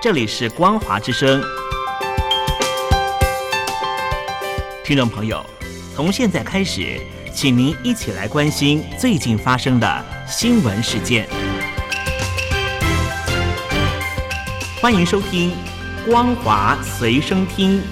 这里是光华之声。听众朋友，从现在开始，请您一起来关心最近发生的新闻事件。欢迎收听光华随声听。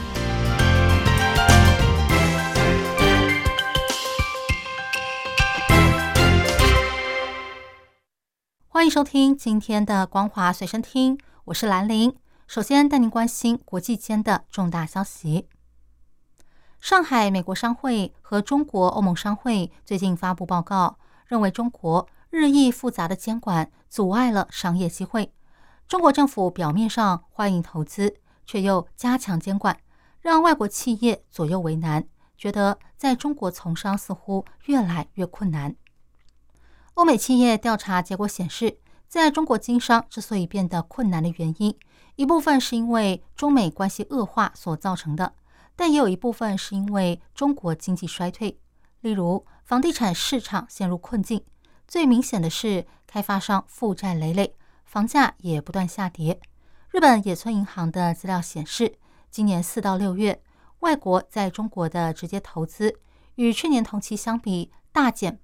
欢迎收听今天的光华随身听，我是兰玲。首先带您关心国际间的重大消息。上海美国商会和中国欧盟商会最近发布报告，认为中国日益复杂的监管阻碍了商业机会。中国政府表面上欢迎投资，却又加强监管，让外国企业左右为难，觉得在中国从商似乎越来越困难。欧美企业调查结果显示，在中国经商之所以变得困难的原因，一部分是因为中美关系恶化所造成的，但也有一部分是因为中国经济衰退。例如，房地产市场陷入困境，最明显的是开发商负债累累，房价也不断下跌。日本野村银行的资料显示，今年4到6月，外国在中国的直接投资与去年同期相比大减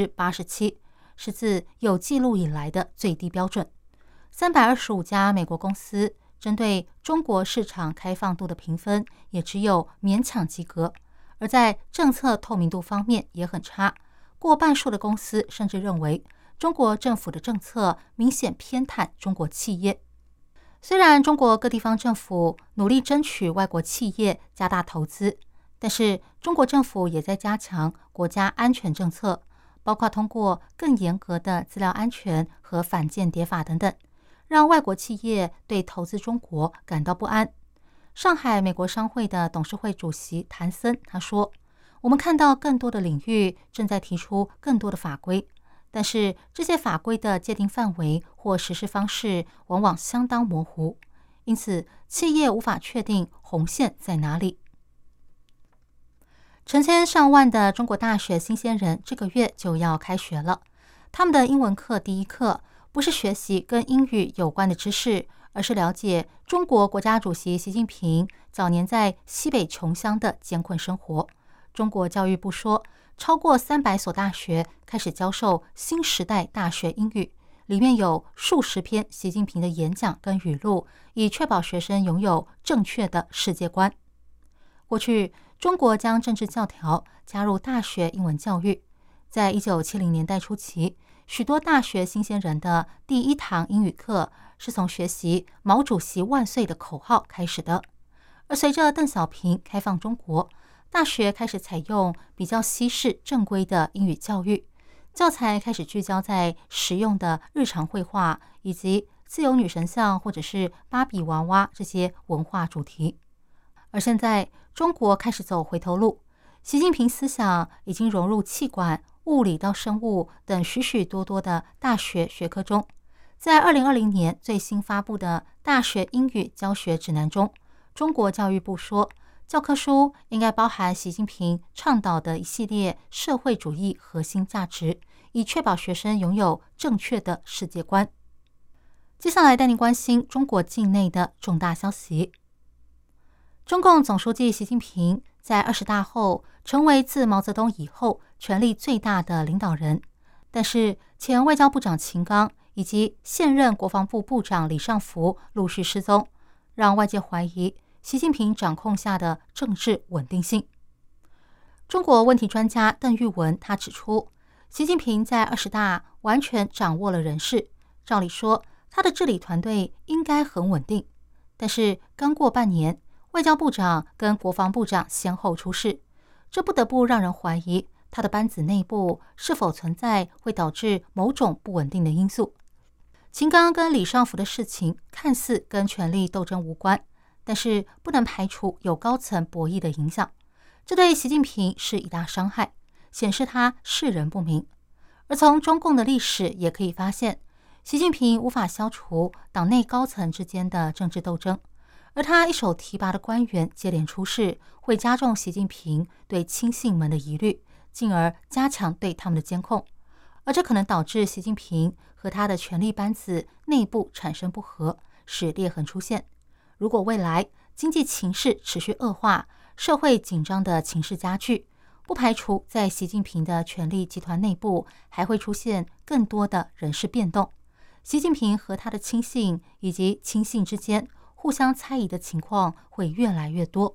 87%，是自有记录以来的最低标准。325家美国公司针对中国市场开放度的评分也只有勉强及格，而在政策透明度方面也很差，过半数的公司甚至认为中国政府的政策明显偏袒中国企业。虽然中国各地方政府努力争取外国企业加大投资，但是中国政府也在加强国家安全政策，包括通过更严格的资料安全和反间谍法等等，让外国企业对投资中国感到不安。上海美国商会的董事会主席谭森他说，我们看到更多的领域正在提出更多的法规，但是这些法规的界定范围或实施方式往往相当模糊，因此企业无法确定红线在哪里。成千上万的中国大学新鲜人这个月就要开学了，他们的英文课第一课不是学习跟英语有关的知识，而是了解中国国家主席习近平早年在西北穷乡的艰困生活。中国教育部说，超过300所大学开始教授新时代大学英语，里面有数十篇习近平的演讲跟语录，以确保学生拥有正确的世界观。过去中国将政治教条加入大学英文教育，在1970年代初期，许多大学新鲜人的第一堂英语课是从学习毛主席万岁的口号开始的。而随着邓小平开放中国，大学开始采用比较西式正规的英语教育，教材开始聚焦在实用的日常绘画以及自由女神像或者是芭比娃娃这些文化主题。而现在中国开始走回头路，习近平思想已经融入气管、物理到生物等许许多多的大学学科中。在2020年最新发布的大学英语教学指南中，中国教育部说，教科书应该包含习近平倡导的一系列社会主义核心价值，以确保学生拥有正确的世界观。接下来带您关心中国境内的重大消息。中共总书记习近平在20大后成为自毛泽东以后权力最大的领导人，但是前外交部长秦刚以及现任国防部部长李尚福陆续失踪，让外界怀疑习近平掌控下的政治稳定性。中国问题专家邓玉文他指出，习近平在20大完全掌握了人事，照理说他的治理团队应该很稳定，但是刚过半年，外交部长跟国防部长先后出事，这不得不让人怀疑他的班子内部是否存在会导致某种不稳定的因素。秦刚跟李尚福的事情看似跟权力斗争无关，但是不能排除有高层博弈的影响，这对习近平是一大伤害，显示他识人不明。而从中共的历史也可以发现，习近平无法消除党内高层之间的政治斗争，而他一手提拔的官员接连出事，会加重习近平对亲信们的疑虑，进而加强对他们的监控。而这可能导致习近平和他的权力班子内部产生不和， 使裂痕出现。如果未来经济情势持续恶化，社会紧张的情势加剧，不排除在习近平的权力集团内部还会出现更多的人事变动。习近平和他的亲信以及亲信之间互相猜疑的情况会越来越多。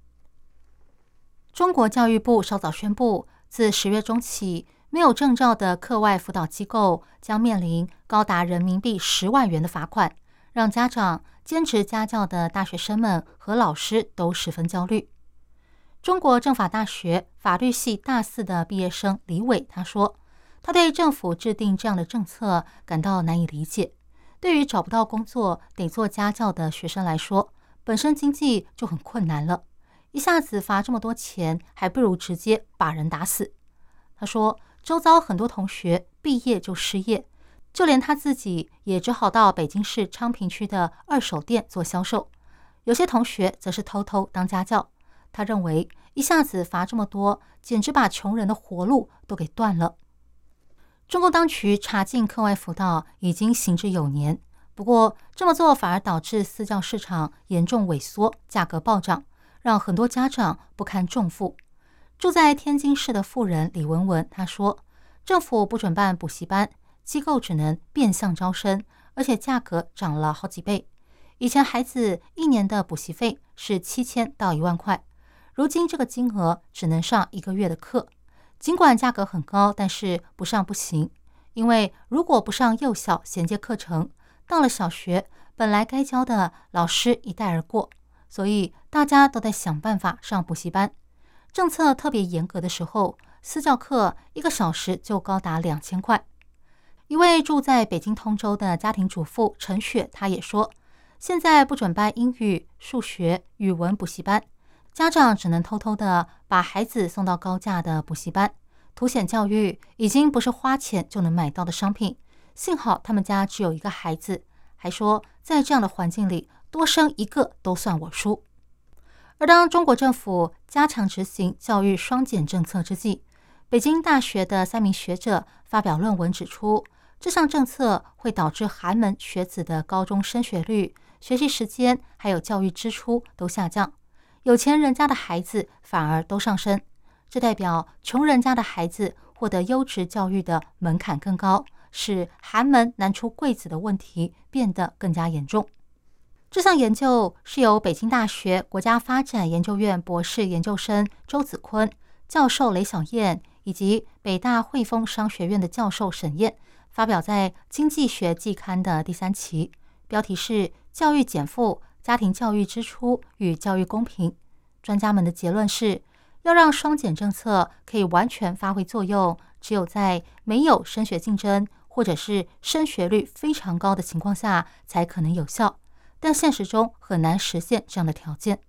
中国教育部稍早宣布，自10月中起，没有证照的课外辅导机构将面临高达人民币10万元的罚款，让家长、兼职家教的大学生们和老师都十分焦虑。中国政法大学法律系大4的毕业生李伟他说，他对政府制定这样的政策感到难以理解。对于找不到工作得做家教的学生来说，本身经济就很困难了，一下子罚这么多钱，还不如直接把人打死。他说，周遭很多同学毕业就失业，就连他自己也只好到北京市昌平区的二手店做销售，有些同学则是偷偷当家教。他认为一下子罚这么多，简直把穷人的活路都给断了。中共当局查禁课外辅导已经行之有年，不过这么做反而导致私教市场严重萎缩，价格暴涨，让很多家长不堪重负。住在天津市的妇人李文文她说，政府不准办补习班，机构只能变相招生，而且价格涨了好几倍。以前孩子1年的补习费是7000到1万块，如今这个金额只能上1个月的课。尽管价格很高，但是不上不行，因为如果不上幼小衔接课程，到了小学本来该教的老师一带而过，所以大家都在想办法上补习班。政策特别严格的时候，私教课1个小时就高达2000块。一位住在北京通州的家庭主妇陈雪她也说，现在不准办英语、数学、语文补习班，家长只能偷偷的把孩子送到高价的补习班，凸显教育已经不是花钱就能买到的商品。幸好他们家只有1个孩子，还说在这样的环境里多生1个都算我输。而当中国政府加强执行教育双减政策之际，北京大学的3名学者发表论文指出，这项政策会导致寒门学子的高中升学率、学习时间还有教育支出都下降，有钱人家的孩子反而都上升，这代表穷人家的孩子获得优质教育的门槛更高，使寒门难出贵子的问题变得更加严重。这项研究是由北京大学国家发展研究院博士研究生周子坤、教授雷小燕以及北大汇丰商学院的教授沈燕发表在《经济学季刊》的第3期，标题是“教育减负：家庭教育支出与教育公平”。专家们的结论是，要让双减政策可以完全发挥作用，只有在没有升学竞争或者是升学率非常高的情况下才可能有效，但现实中很难实现这样的条件。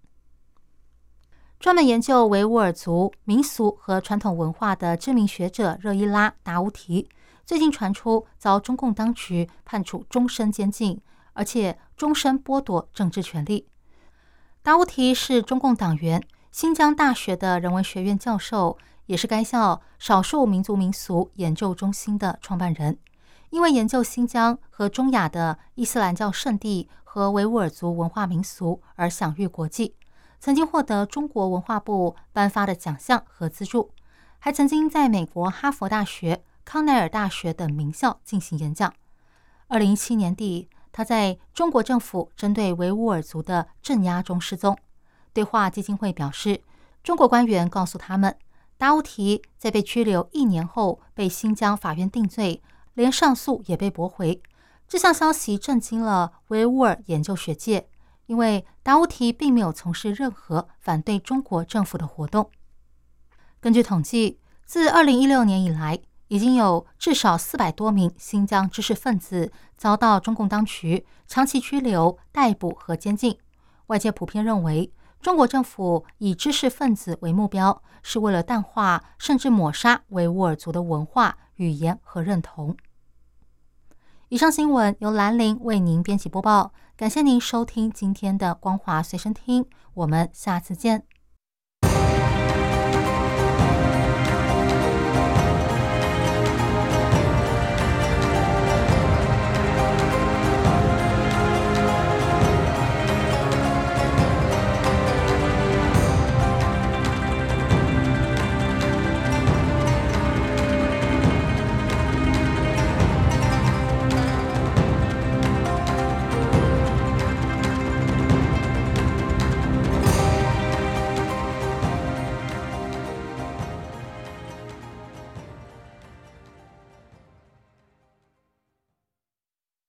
专门研究维吾尔族民俗和传统文化的知名学者热依拉·达乌提，最近传出遭中共当局判处终身监禁，而且终身剥夺政治权利。达乌提是中共党员，新疆大学的人文学院教授，也是该校少数民族民俗研究中心的创办人。因为研究新疆和中亚的伊斯兰教圣地和维吾尔族文化民俗而享誉国际，曾经获得中国文化部颁发的奖项和资助，还曾经在美国哈佛大学、康奈尔大学等名校进行演讲。2017年底，他在中国政府针对维吾尔族的镇压中失踪。对话基金会表示，中国官员告诉他们，达乌提在被拘留1年后被新疆法院定罪，连上诉也被驳回。这项消息震惊了维吾尔研究学界，因为达乌提并没有从事任何反对中国政府的活动。根据统计，自2016年以来，已经有至少400多名新疆知识分子遭到中共当局长期拘留、逮捕和监禁。外界普遍认为，中国政府以知识分子为目标，是为了淡化甚至抹杀维吾尔族的文化、语言和认同。以上新闻由兰陵为您编辑播报，感谢您收听今天的光华随身听，我们下次见。